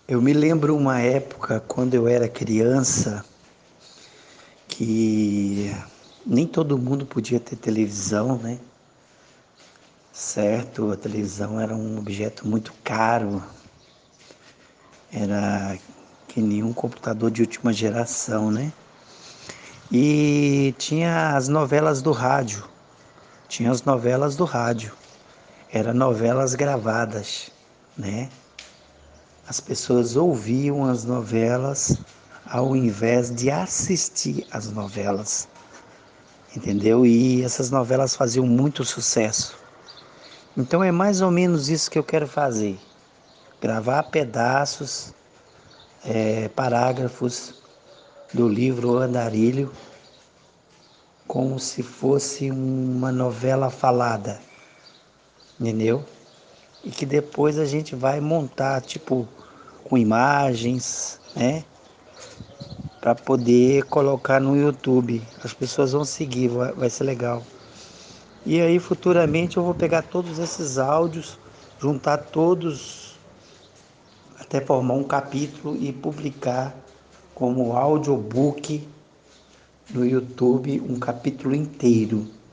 Eu me lembro uma época quando eu era criança que nem todo mundo podia ter televisão, né? Certo? A televisão era um objeto muito caro, era que nenhum computador de última geração, né? E tinha as novelas do rádio, tinha as novelas do rádio, eram novelas gravadas, né? As pessoas ouviam as novelas ao invés de assistir as novelas, entendeu? E essas novelas faziam muito sucesso. Então é mais ou menos isso que eu quero fazer: gravar pedaços, parágrafos do livro O Andarilho, como se fosse uma novela falada, entendeu? E que depois a gente vai montar, tipo, com imagens, né? Para poder colocar no YouTube. As pessoas vão seguir, vai ser legal. E aí futuramente eu vou pegar todos esses áudios, juntar todos até formar um capítulo e publicar como audiobook no YouTube um capítulo inteiro.